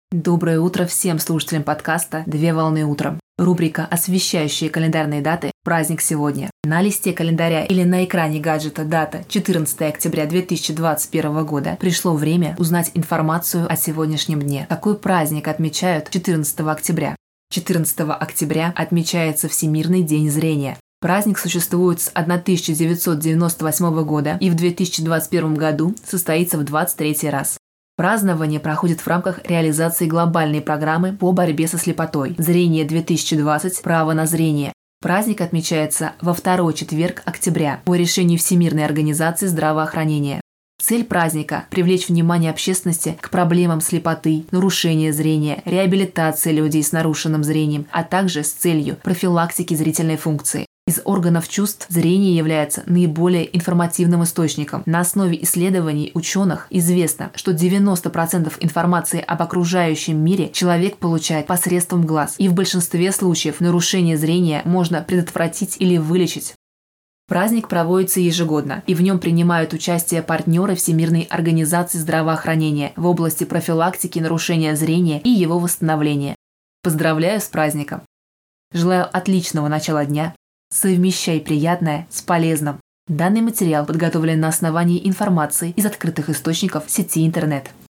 Доброе утро всем слушателям подкаста «Две волны утром». Рубрика, освещающая календарные даты «Праздник сегодня». На листе календаря или на экране гаджета дата 14 октября 2021 года пришло время узнать информацию о сегодняшнем дне. Какой праздник отмечают 14 октября? 14 октября отмечается Всемирный день зрения. Праздник существует с 1998 года и в 2021 году состоится в 23-й раз. Празднование проходит в рамках реализации глобальной программы по борьбе со слепотой «Зрение-2020. Право на зрение». Праздник отмечается во второй четверг октября по решению Всемирной организации здравоохранения. Цель праздника – привлечь внимание общественности к проблемам слепоты, нарушения зрения, реабилитации людей с нарушенным зрением, а также с целью профилактики зрительной функции. Из органов чувств зрение является наиболее информативным источником. На основе исследований ученых известно, что 90% информации об окружающем мире человек получает посредством глаз, и в большинстве случаев нарушение зрения можно предотвратить или вылечить. Праздник проводится ежегодно, и в нем принимают участие партнеры Всемирной организации здравоохранения в области профилактики нарушения зрения и его восстановления. Поздравляю с праздником! Желаю отличного начала дня! Совмещай приятное с полезным. Данный материал подготовлен на основании информации из открытых источников сети интернет.